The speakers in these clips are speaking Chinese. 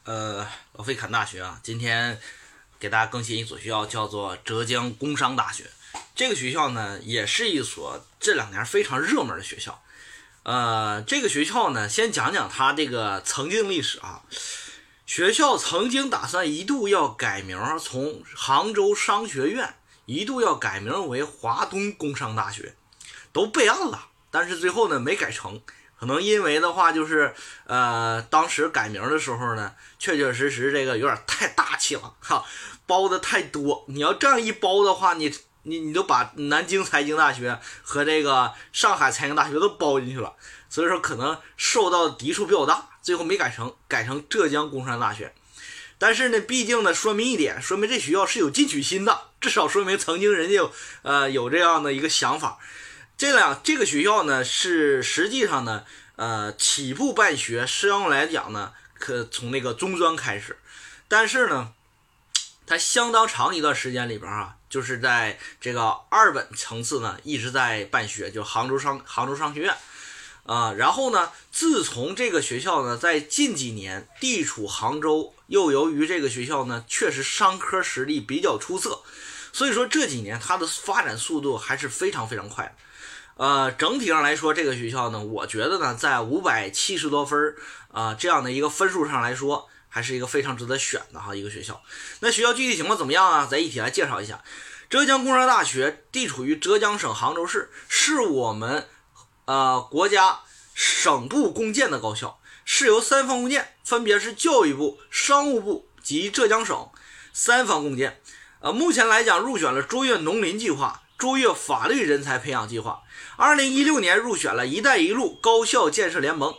老费侃大学啊，今天给大家更新一所学校，叫做浙江工商大学。这个学校呢，也是一所这2年非常热门的学校。这个学校呢，先讲讲它这个曾经历史啊。学校曾经打算一度要改名，从杭州商学院一度要改名为华东工商大学，都备案了，但是最后呢没改成。可能因为的话就是当时改名的时候呢，确确实实这个有点太大气了哈，包的太多。你要这样一包的话，你都把南京财经大学和这个上海财经大学都包进去了，所以说可能受到的抵触比较大，最后没改成，改成浙江工商大学。但是呢，毕竟呢，说明一点，说明这学校是有进取心的，至少说明曾经人家有这样的一个想法。这个学校呢，是实际上呢，起步办学实际上来讲呢，可从那个中专开始，但是呢，它相当长一段时间里边啊，就是在这个2本层次呢一直在办学，就杭州商学院。然后呢，自从这个学校呢在近几年地处杭州，又由于这个学校呢确实商科实力比较出色，所以说这几年它的发展速度还是非常非常快的。整体上来说，这个学校呢，我觉得呢，在570多分这样的一个分数上来说，还是一个非常值得选的一个学校。那学校具体情况怎么样啊？咱一起来介绍一下。浙江工商大学地处于浙江省杭州市，是我们国家省部共建的高校，是由3方共建，分别是教育部、商务部及浙江省3方共建。目前来讲，入选了卓越农林计划、卓越法律人才培养计划。2016年入选了一带一路高校建设联盟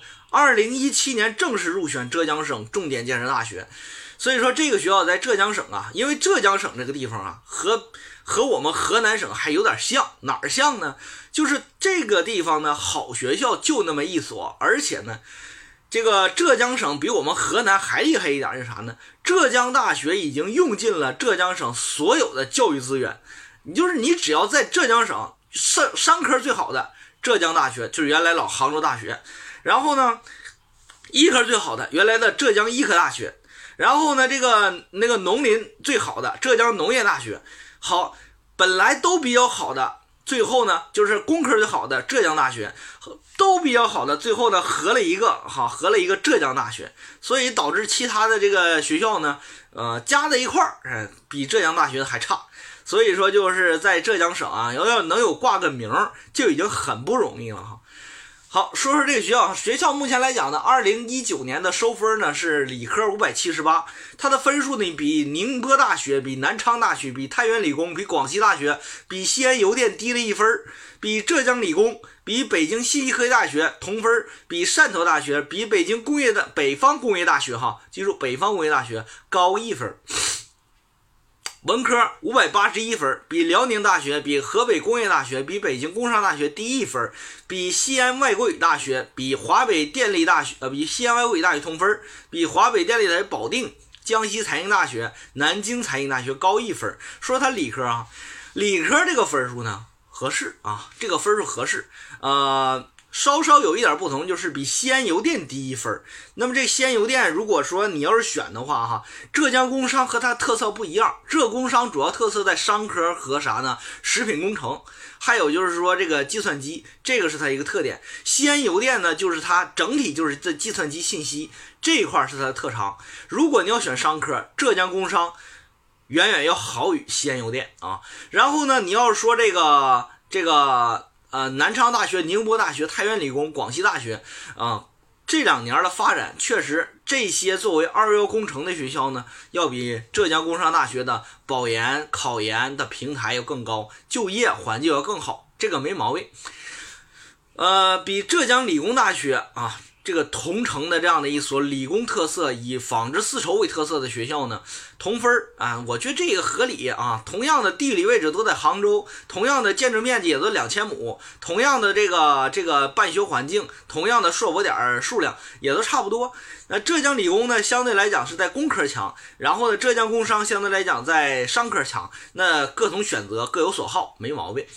，2017年正式入选浙江省重点建设大学。所以说这个学校在浙江省啊，因为浙江省这个地方啊，和我们河南省还有点像，哪儿像呢？就是这个地方呢，好学校就那么一所，而且呢，这个浙江省比我们河南还厉害一点是啥呢？浙江大学已经用尽了浙江省所有的教育资源，你只要在浙江省商科最好的浙江大学，就是原来老杭州大学，然后呢，医科最好的原来的浙江医科大学，然后呢，那个农林最好的浙江农业大学，好，本来都比较好的，最后呢，就是工科最好的浙江大学，都比较好的，最后呢，合了一个浙江大学，所以导致其他的这个学校呢，加在一块儿，比浙江大学还差。所以说就是在浙江省啊，要能有挂个名就已经很不容易了哈。好，说说这个学校目前来讲呢，2019年的收分呢是理科578，它的分数呢比宁波大学、比南昌大学、比太原理工、比广西大学、比西安邮电低了1分，比浙江理工、比北京信息科技大学同分，比汕头大学、比北方工业大学记住北方工业大学高1分。文科581分，比辽宁大学、比河北工业大学、比北京工商大学低1分，比西安外国语大学、比华北电力大学比西安外国语大学同分，比华北电力大学保定、江西财经大学、南京财经大学高1分。说它理科理科这个分数呢合适啊，这个分数合适，稍稍有一点不同，就是比西安邮电低1分。那么这西安邮电如果说你要是选的话浙江工商和它特色不一样，浙工商主要特色在商科和啥呢？食品工程，还有就是说这个计算机，这个是它一个特点。西安邮电呢，就是它整体就是这计算机信息这一块是它的特长。如果你要选商科，浙江工商远远要好于西安邮电啊。然后呢，你要说这个南昌大学、宁波大学、太原理工、广西大学这2年的发展确实，这些作为211工程的学校呢，要比浙江工商大学的保研、考研的平台要更高，就业环境要更好，这个没毛病。比浙江理工大学这个同城的这样的一所理工特色以纺织丝绸为特色的学校呢，同分我觉得这个合理同样的地理位置都在杭州，同样的建筑面积也都2000亩，同样的这个办学环境，同样的硕博点数量也都差不多。那浙江理工呢，相对来讲是在工科强，然后呢，浙江工商相对来讲在商科强，那各种选择各有所好，没毛病。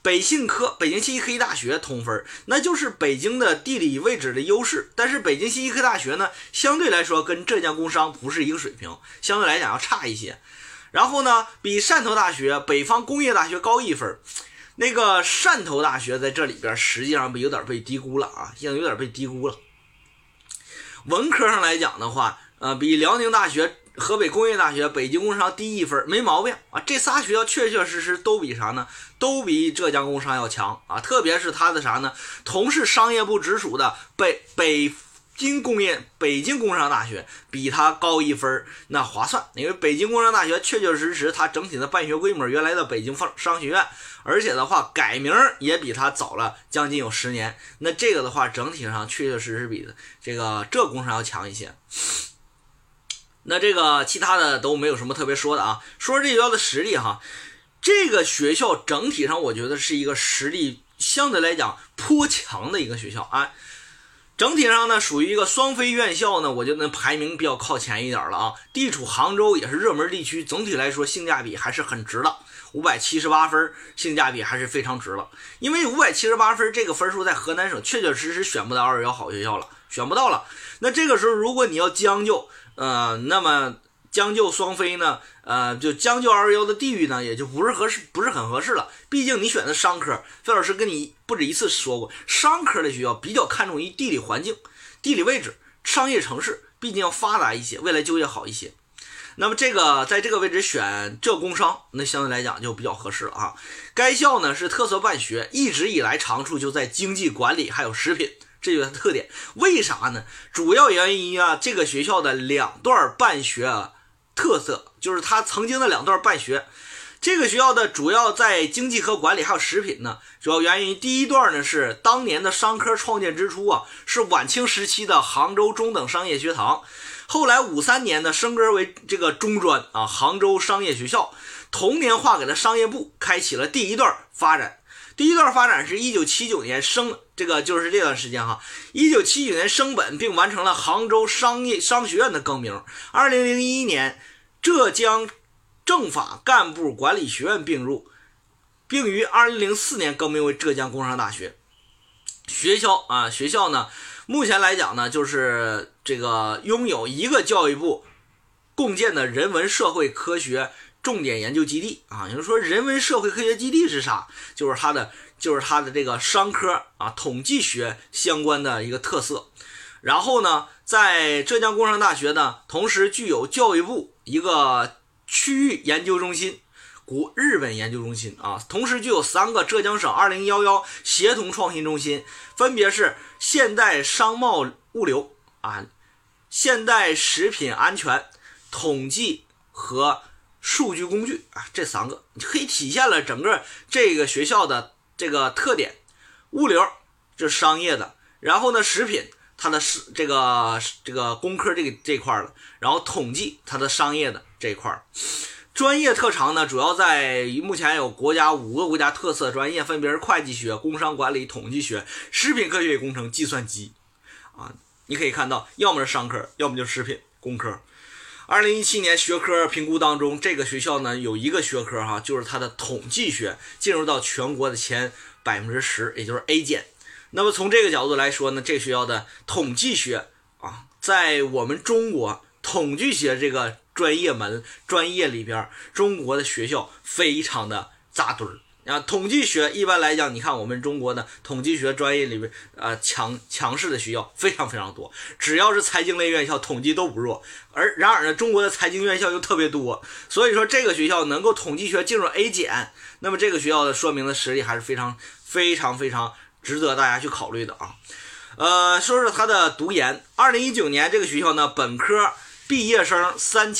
北信息科技大学同分，那就是北京的地理位置的优势。但是北京信息科技大学呢，相对来说跟浙江工商不是一个水平，相对来讲要差一些。然后呢，比汕头大学、北方工业大学高1分。那个汕头大学在这里边实际上有点被低估了啊，现在有点被低估了。文科上来讲的话，比辽宁大学、河北工业大学、北京工商低1分，没毛病啊。这仨学校确确实实都比啥呢？都比浙江工商要强啊。特别是它的啥呢？同是商业部直属的北京工商大学比它高1分，那划算。因为北京工商大学确确实实它整体的办学规模原来的北京商学院，而且的话改名也比它早了将近有10年。那这个的话整体上确确实实比这个浙工商要强一些。那这个其他的都没有什么特别说的啊。说这学校的实力哈，这个学校整体上我觉得是一个实力相对来讲颇强的一个学校啊。整体上呢，属于一个双非院校呢，我觉得排名比较靠前一点了啊。地处杭州，也是热门地区，总体来说性价比还是很值的。578分，性价比还是非常值了。因为578分这个分数在河南省确确实实选不到221好学校了，选不到了。那这个时候如果你要将就，那么将就双非呢，就将就221的地域呢，也就不是很合适了。毕竟你选的商科，费老师跟你不止一次说过，商科的学校比较看重于地理环境、地理位置、商业城市，毕竟要发达一些，未来就业好一些。那么这个在这个位置选浙工商，那相对来讲就比较合适了啊。该校呢是特色办学，一直以来长处就在经济管理还有食品，这就是它特点。为啥呢？主要原因啊，这个学校的2段办学特色，就是它曾经的2段办学。这个学校的主要在经济和管理还有食品呢，主要原因第一段呢是当年的商科创建之初啊，是晚清时期的杭州中等商业学堂。后来53年呢升格为这个中专啊，杭州商业学校，同年划给了商业部，开启了第一段发展。第一段发展是1979年这个就是这段时间哈，1979年升本并完成了杭州商学院的更名。2001年浙江政法干部管理学院并入，并于2004年更名为浙江工商大学。学校呢目前来讲呢，就是这个拥有一个教育部共建的人文社会科学重点研究基地啊。有人说人文社会科学基地是啥？就是它的这个商科啊统计学相关的一个特色。然后呢，在浙江工商大学呢，同时具有教育部一个区域研究中心、日本研究中心啊，同时具有3个浙江省2011协同创新中心，分别是现代商贸物流啊、现代食品安全、统计和数据工具啊，这3个可以体现了整个这个学校的这个特点。物流这是商业的，然后呢食品它的是这个工科这块了，然后统计它的商业的这一块。专业特长呢，主要在目前有5个国家特色专业，分别是会计学、工商管理、统计学、食品科学与工程、计算机啊。你可以看到，要么是商科，要么就是食品工科。2017年学科评估当中，这个学校呢有一个学科哈，就是它的统计学进入到全国的前10%，也就是 A 减。那么从这个角度来说呢，这个学校的统计学啊，在我们中国统计学这个专业里边，中国的学校非常的扎堆儿啊。统计学一般来讲，你看我们中国的统计学专业里边强势的学校非常非常多，只要是财经类院校，统计都不弱。然而呢，中国的财经院校又特别多，所以说这个学校能够统计学进入 A 减，那么这个学校的说明的实力还是非常非常非常值得大家去考虑的啊。说说它的读研，2019年这个学校呢，本科毕业生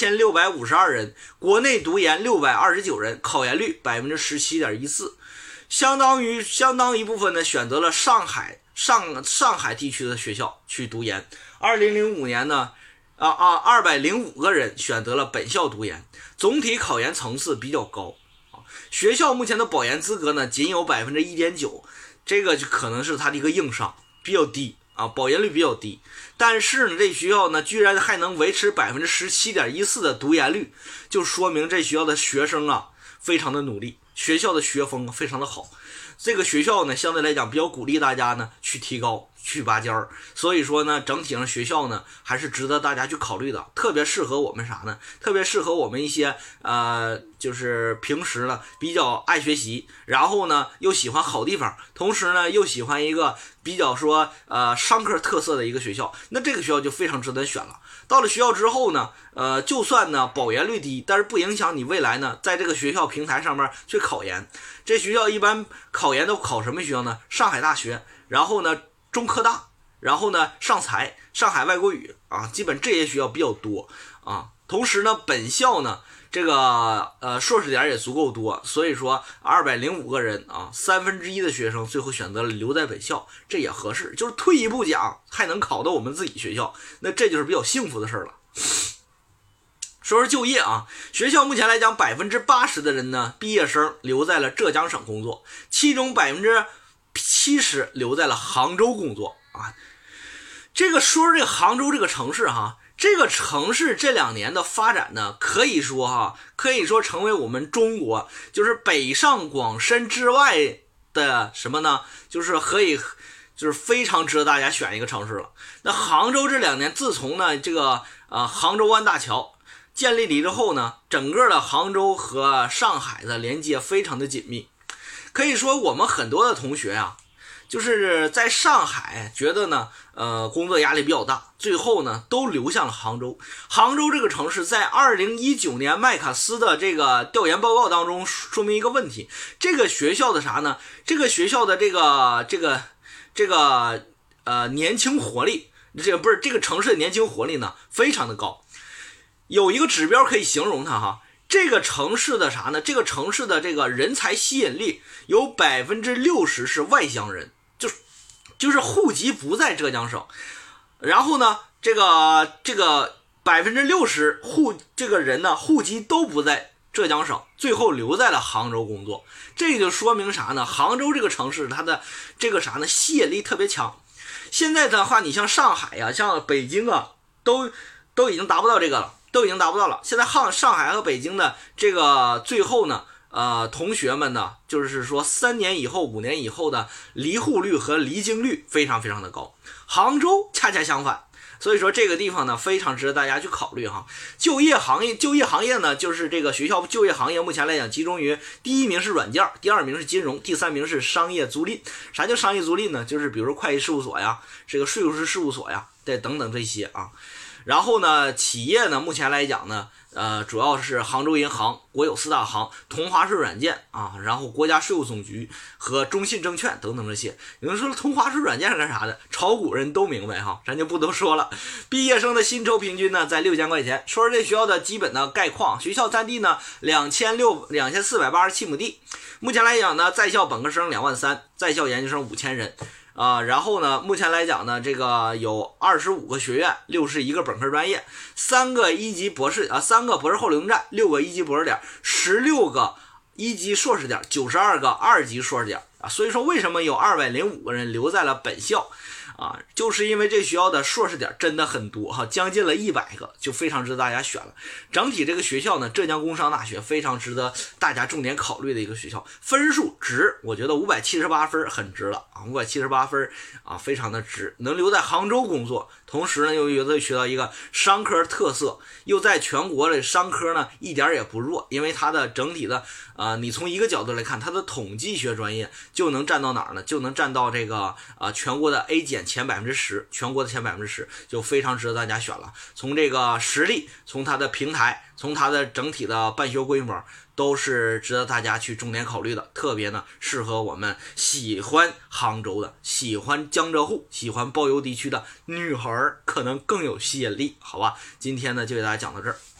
3652人，国内读研629人，考研率17.14%，相当一部分呢选择了上海地区的学校去读研。2005年呢205个人选择了本校读研，总体考研层次比较高。学校目前的保研资格呢仅有 1.9%， 这个就可能是它的一个硬伤，比较低啊，保研率比较低。但是呢，这学校呢居然还能维持 17.14% 的读研率，就说明这学校的学生啊非常的努力， 学校的学风非常的好，这个学校呢相对来讲比较鼓励大家呢去提高去拔尖儿，所以说呢整体上学校呢还是值得大家去考虑的，特别适合我们啥呢？特别适合我们一些就是平时呢比较爱学习，然后呢又喜欢好地方，同时呢又喜欢一个比较说商科特色的一个学校，那这个学校就非常值得选了。到了学校之后呢，就算呢保研率低，但是不影响你未来呢在这个学校平台上面去考研。这学校一般考研都考什么学校呢？上海大学，然后呢中科大，然后呢上财、上海外国语啊，基本这些学校比较多啊。同时呢本校呢这个硕士点也足够多，所以说205个人啊，1/3的学生最后选择了留在本校，这也合适，就是退一步讲还能考到我们自己学校，那这就是比较幸福的事了。说说就业啊，学校目前来讲80%的人呢，毕业生留在了浙江省工作，其中70%留在了杭州工作啊。这个说这个杭州这个城市哈。这个城市这2年的发展呢，可以说成为我们中国就是北上广深之外的什么呢？就是非常值得大家选一个城市了。那杭州这2年，自从呢这个杭州湾大桥建立之后呢，整个的杭州和上海的连接非常的紧密，可以说我们很多的同学啊。就是在上海觉得呢，工作压力比较大，最后呢都流向了杭州。杭州这个城市在2019年麦卡锡的这个调研报告当中说明一个问题，这个学校的啥呢？这个学校的这个年轻活力，这个城市的年轻活力呢非常的高。有一个指标可以形容它哈。这个城市的啥呢？这个城市的这个人才吸引力有60%是外乡人，就是户籍不在浙江省，然后呢，这个60%这个人呢户籍都不在浙江省，最后留在了杭州工作。这就说明啥呢？杭州这个城市它的这个啥呢吸引力特别强。现在的话，你像上海呀、像北京啊，都已经达不到这个了。现在上海和北京的这个最后呢，同学们呢，就是说3年以后、5年以后的离沪率和离京率非常非常的高。杭州恰恰相反，所以说这个地方呢非常值得大家去考虑哈。就业行业呢，就是这个学校就业行业目前来讲集中于第1名是软件，第2名是金融，第3名是商业租赁。啥叫商业租赁呢？就是比如说会计事务所呀，这个税务师事务所呀，对，等等这些啊。然后呢，企业呢，目前来讲呢，主要是杭州银行、国有4大行、同华税软件啊，然后国家税务总局和中信证券等等这些。有人说同华税软件是干啥的？炒股人都明白哈，咱就不多说了。毕业生的薪酬平均呢在6000块钱。说说这学校的基本的概况，学校占地呢2487亩地。目前来讲呢，在校本科生23000，在校研究生5000人。然后呢，目前来讲呢，这个有25个学院，61个本科专业，3个一级博士3个博士后流动站，6个一级博士点，16个一级硕士点，92个2级硕士点啊。所以说为什么有205个人留在了本校啊？就是因为这学校的硕士点真的很多哈，将近了100个，就非常值得大家选了。整体这个学校呢，浙江工商大学非常值得大家重点考虑的一个学校，分数值，我觉得578分很值了啊，578分啊，非常的值，能留在杭州工作，同时呢又学到一个商科特色，又在全国的商科呢一点也不弱，因为它的整体的你从一个角度来看，它的统计学专业就能占到哪儿呢？就能占到这个全国的 A 减前10%，全国的前10%，就非常值得大家选了。从这个实力，从它的平台，从它的整体的办学规模，都是值得大家去重点考虑的。特别呢，适合我们喜欢杭州的、喜欢江浙沪、喜欢包邮地区的女孩可能更有吸引力，好吧？今天呢就给大家讲到这儿。